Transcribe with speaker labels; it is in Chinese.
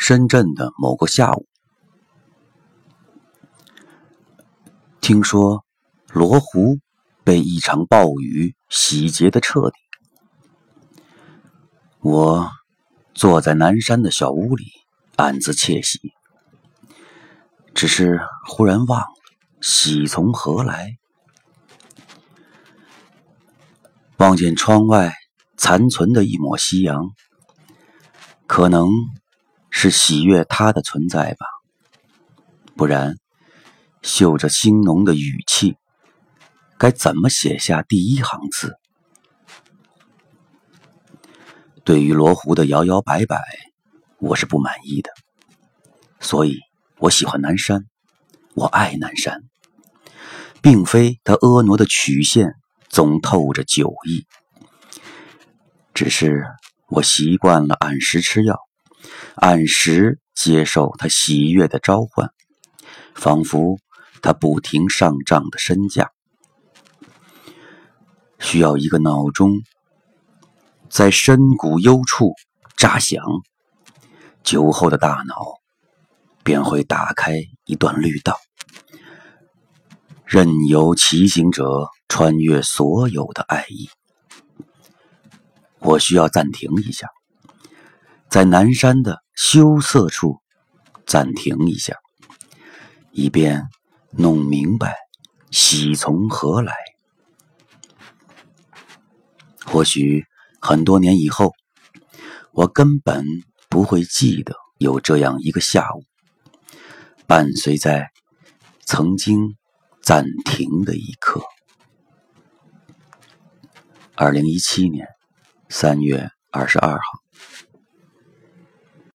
Speaker 1: 深圳的某个下午，听说罗湖被一场暴雨洗劫得彻底。我坐在南山的小屋里，暗自窃喜，只是忽然忘了喜从何来。望见窗外残存的一抹夕阳，可能是喜悦它的存在吧，不然嗅着腥浓的雨气，该怎么写下第一行字？对于罗湖的摇摇摆摆，我是不满意的，所以我喜欢南山，我爱南山，并非它婀娜的曲线总透着酒意，只是我习惯了按时吃药，按时接受它喜悦的召唤，仿佛它不停上涨的身价。需要一个闹钟在深谷幽处炸响，酒后的大脑便会打开一段绿道，任由骑行者穿越所有的爱意。我需要暂停一下，在南山的羞涩处暂停一下，以便弄明白喜从何来。或许很多年以后，我根本不会记得有这样一个下午，伴随在曾经暂停的一刻。2017年3月22号。